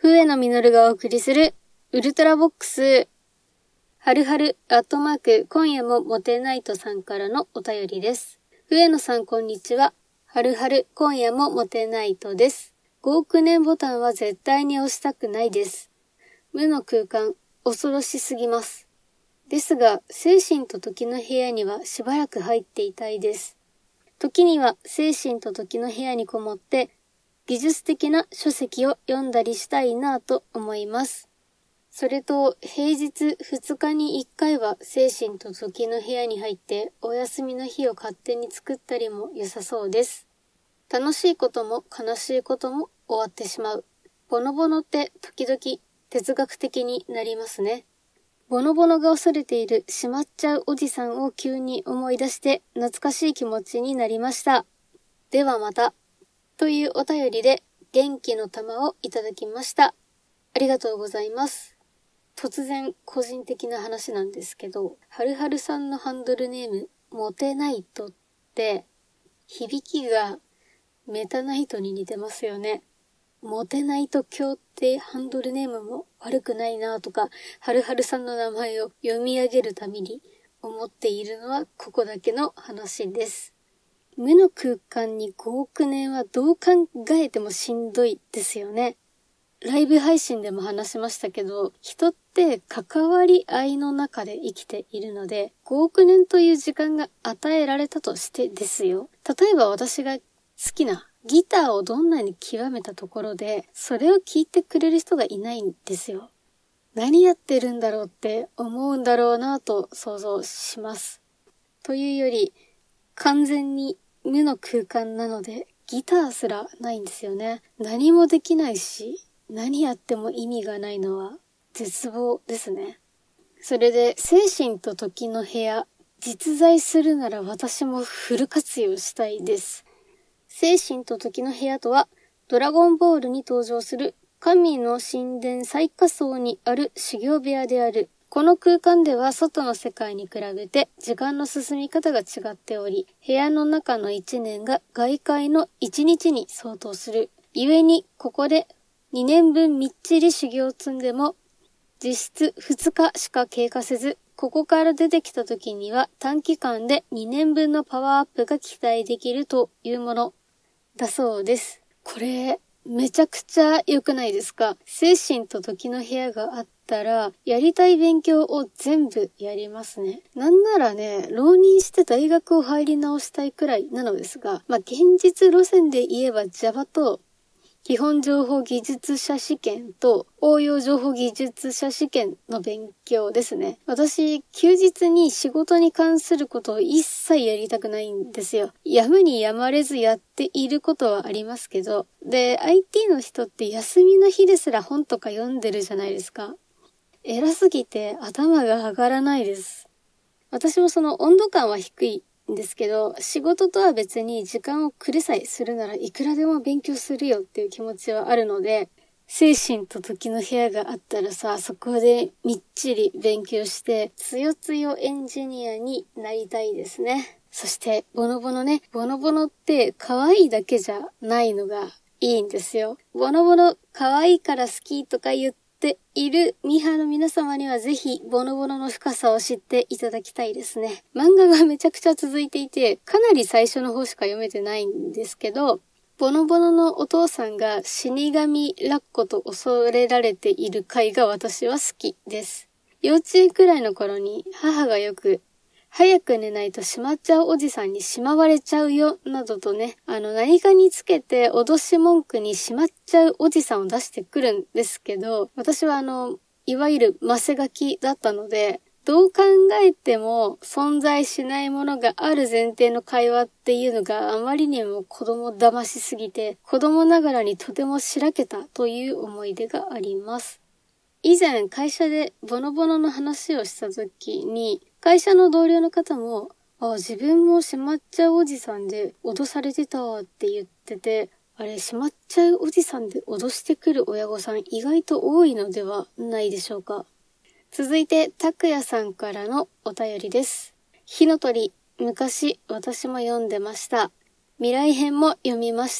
上野実がお送りするウルトラボックス。はるはる今夜もモテナイトさんからのお便りです。上野さんこんにちは。はるはる今夜もモテナイトです。5億年ボタンは絶対に押したくないです。無の空間、恐ろしすぎます。ですが、精神と時の部屋にはしばらく入っていたいです。時には精神と時の部屋にこもって、技術的な書籍を読んだりしたいなぁと思います。それと平日2日に1回は精神と時の部屋に入ってお休みの日を勝手に作ったりも良さそうです。楽しいことも悲しいことも終わってしまう。ボノボノって時々哲学的になりますね。ボノボノが恐れているしまっちゃうおじさんを急に思い出して懐かしい気持ちになりました。ではまた。というお便りで元気の玉をいただきました。ありがとうございます。突然個人的な話なんですけど、はるはるさんのハンドルネーム、モテナイトって響きがメタナイトに似てますよね。モテナイト教ってハンドルネームも悪くないなとか、はるはるさんの名前を読み上げるたびに思っているのはここだけの話です。無の空間に5億年はどう考えてもしんどいですよね。ライブ配信でも話しましたけど、人って関わり合いの中で生きているので、5億年という時間が与えられたとしてですよ。例えば私が好きなギターをどんなに極めたところで、それを聴いてくれる人がいないんですよ。何やってるんだろうって思うんだろうなと想像します。というより、完全に無の空間なのでギターすらないんですよね。何もできないし、何やっても意味がないのは絶望ですね。それで精神と時の部屋、実在するなら私もフル活用したいです。精神と時の部屋とは、ドラゴンボールに登場する神の神殿最下層にある修行部屋である。この空間では外の世界に比べて時間の進み方が違っており、部屋の中の1年が外界の1日に相当する。故にここで2年分みっちり修行を積んでも、実質2日しか経過せず、ここから出てきた時には短期間で2年分のパワーアップが期待できるというものだそうです。これ、めちゃくちゃ良くないですか？精神と時の部屋があったら、やりたい勉強を全部やりますね。なんならね、浪人して大学を入り直したいくらいなのですが、現実路線で言えば Java と、基本情報技術者試験と応用情報技術者試験の勉強ですね。私、休日に仕事に関することを一切やりたくないんですよ。やむにやまれずやっていることはありますけど。で、IT の人って休みの日ですら本とか読んでるじゃないですか。偉すぎて頭が上がらないです。私もその温度感は低いですけど、仕事とは別に時間をくれさえするならいくらでも勉強するよっていう気持ちはあるので、精神と時の部屋があったらさ、そこでみっちり勉強して、つよつよエンジニアになりたいですね。そして、ボノボノね。ボノボノって可愛いだけじゃないのがいいんですよ。ボノボノ可愛いから好きとか言っているミハの皆様にはぜひボノボノの深さを知っていただきたいですね。漫画がめちゃくちゃ続いていて、かなり最初の方しか読めてないんですけど、ボノボノのお父さんが死神ラッコと恐れられている回が私は好きです。幼稚園くらいの頃に母がよく早く寝ないとしまっちゃうおじさんにしまわれちゃうよ、などとね、何かにつけて脅し文句にしまっちゃうおじさんを出してくるんですけど、私はいわゆるマセガキだったので、どう考えても存在しないものがある前提の会話っていうのがあまりにも子供騙しすぎて、子供ながらにとてもしらけたという思い出があります。以前会社でボノボノの話をした時に、会社の同僚の方も、自分もしまっちゃうおじさんで脅されてたわって言ってて、あれ、しまっちゃうおじさんで脅してくる親御さん意外と多いのではないでしょうか。続いて、たくやさんからのお便りです。火の鳥、昔私も読んでました。未来編も読みました。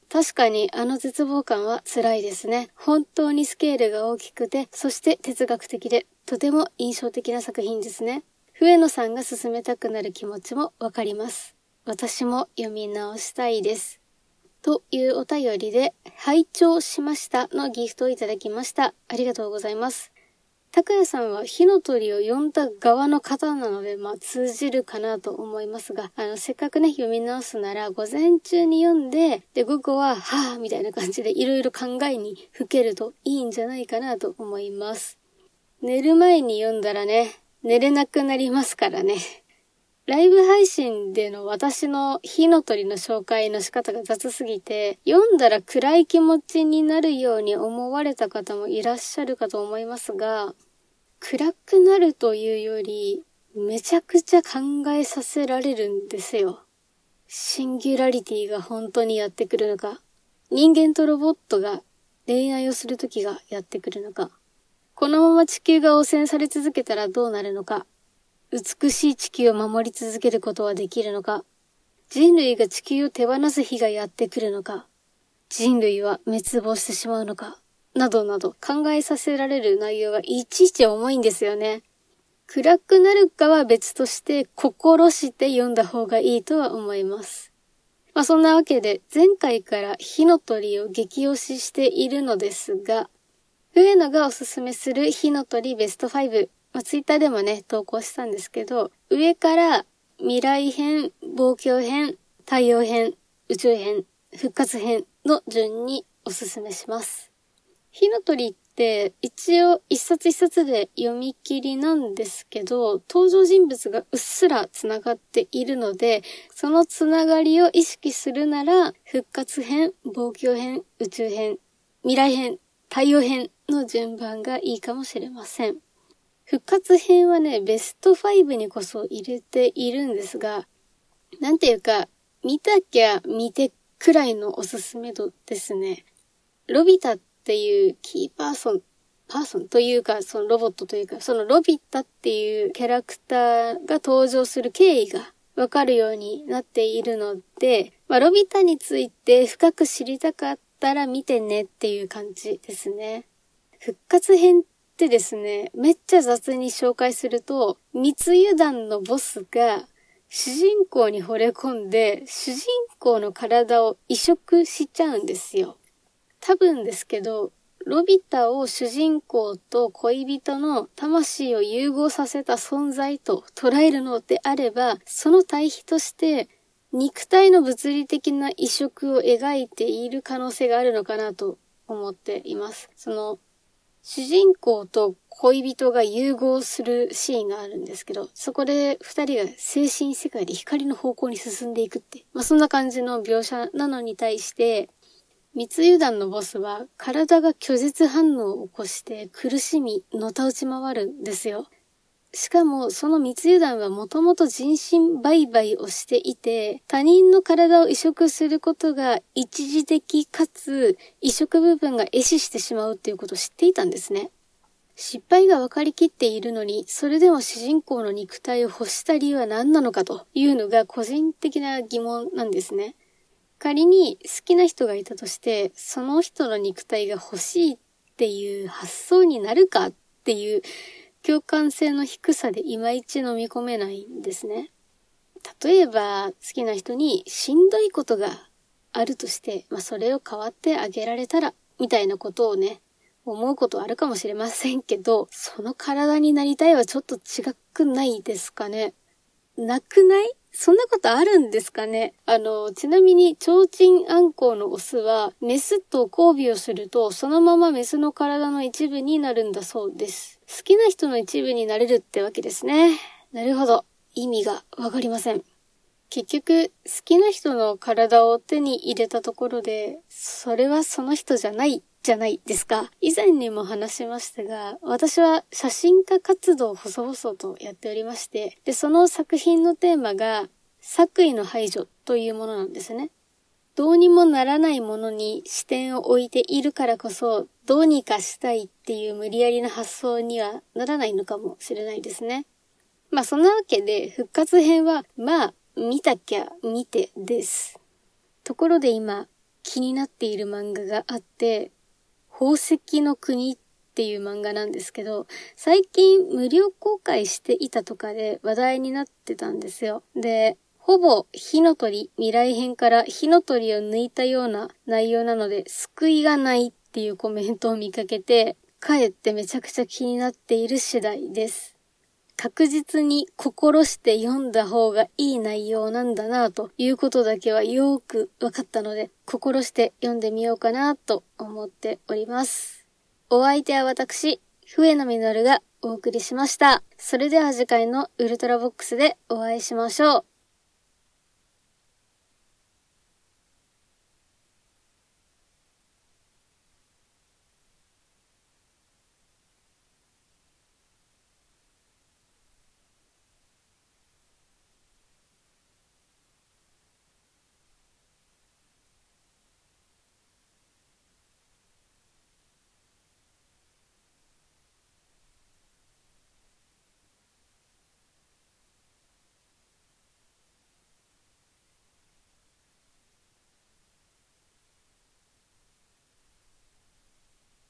確かにあの絶望感は辛いですね。本当にスケールが大きくて、そして哲学的で、とても印象的な作品ですね。笛野さんが進めたくなる気持ちもわかります。私も読み直したいです。というお便りで、拝聴しましたのギフトをいただきました。ありがとうございます。拓也さんは火の鳥を読んだ側の方なので、通じるかなと思いますが、せっかくね、読み直すなら、午前中に読んで、で、午後は、はぁ、みたいな感じでいろいろ考えにふけるといいんじゃないかなと思います。寝る前に読んだらね、寝れなくなりますからね。ライブ配信での私の火の鳥の紹介の仕方が雑すぎて、読んだら暗い気持ちになるように思われた方もいらっしゃるかと思いますが、暗くなるというより、めちゃくちゃ考えさせられるんですよ。シンギュラリティが本当にやってくるのか、人間とロボットが恋愛をする時がやってくるのか、このまま地球が汚染され続けたらどうなるのか、美しい地球を守り続けることはできるのか、人類が地球を手放す日がやってくるのか、人類は滅亡してしまうのか、などなど考えさせられる内容がいちいち重いんですよね。暗くなるかは別として心して読んだ方がいいとは思います。そんなわけで前回から火の鳥を激推ししているのですが、上野がおすすめする火の鳥ベスト5、ツイッターでもね投稿したんですけど、上から未来編、望郷編、太陽編、宇宙編、復活編の順におすすめします。火の鳥って一応一冊一冊で読み切りなんですけど、登場人物がうっすらつながっているので、そのつながりを意識するなら、復活編、望郷編、宇宙編、未来編、太陽編の順番がいいかもしれません。復活編はね、ベスト5にこそ入れているんですが、なんていうか、見たきゃ見てくらいのおすすめ度ですね。ロビタっていうキーパーソンというか、そのロボットというか、そのロビタっていうキャラクターが登場する経緯がわかるようになっているので、ロビタについて深く知りたかったら見てねっていう感じですね。復活編ってですね、めっちゃ雑に紹介すると、密輸団のボスが主人公に惚れ込んで、主人公の体を移植しちゃうんですよ。多分ですけど、ロビタを主人公と恋人の魂を融合させた存在と捉えるのであれば、その対比として肉体の物理的な移植を描いている可能性があるのかなと思っています。その主人公と恋人が融合するシーンがあるんですけど、そこで二人が精神世界で光の方向に進んでいくって、そんな感じの描写なのに対して、密輸団のボスは体が拒絶反応を起こして苦しみ、のたうち回るんですよ。しかもその密輸団はもともと人身売買をしていて、他人の体を移植することが一時的かつ移植部分が壊死してしまうっていうことを知っていたんですね。失敗が分かりきっているのに、それでも主人公の肉体を欲した理由は何なのかというのが個人的な疑問なんですね。仮に好きな人がいたとして、その人の肉体が欲しいっていう発想になるかっていう共感性の低さでいまいち飲み込めないんですね。例えば好きな人にしんどいことがあるとして、それを代わってあげられたらみたいなことをね、思うことあるかもしれませんけど、その体になりたいはちょっと違くないですかね。なくない？そんなことあるんですかね。ちなみに、提灯アンコウのオスは、メスと交尾をすると、そのままメスの体の一部になるんだそうです。好きな人の一部になれるってわけですね。なるほど。意味がわかりません。結局、好きな人の体を手に入れたところで、それはその人じゃないじゃないですか。以前にも話しましたが、私は写真家活動を細々とやっておりまして、で、その作品のテーマが、作為の排除というものなんですね。どうにもならないものに視点を置いているからこそ、どうにかしたいっていう無理やりな発想にはならないのかもしれないですね。そんなわけで、復活編は、見たきゃ見てです。ところで今、 気になっている漫画があって、宝石の国っていう漫画なんですけど、最近無料公開していたとかで話題になってたんですよ。で、ほぼ火の鳥未来編から火の鳥を抜いたような内容なので、救いがないっていうコメントを見かけて、かえってめちゃくちゃ気になっている次第です。確実に心して読んだ方がいい内容なんだなということだけはよーく分かったので、心して読んでみようかなと思っております。お相手は私、笛野実がお送りしました。それでは次回のウルトラボックスでお会いしましょう。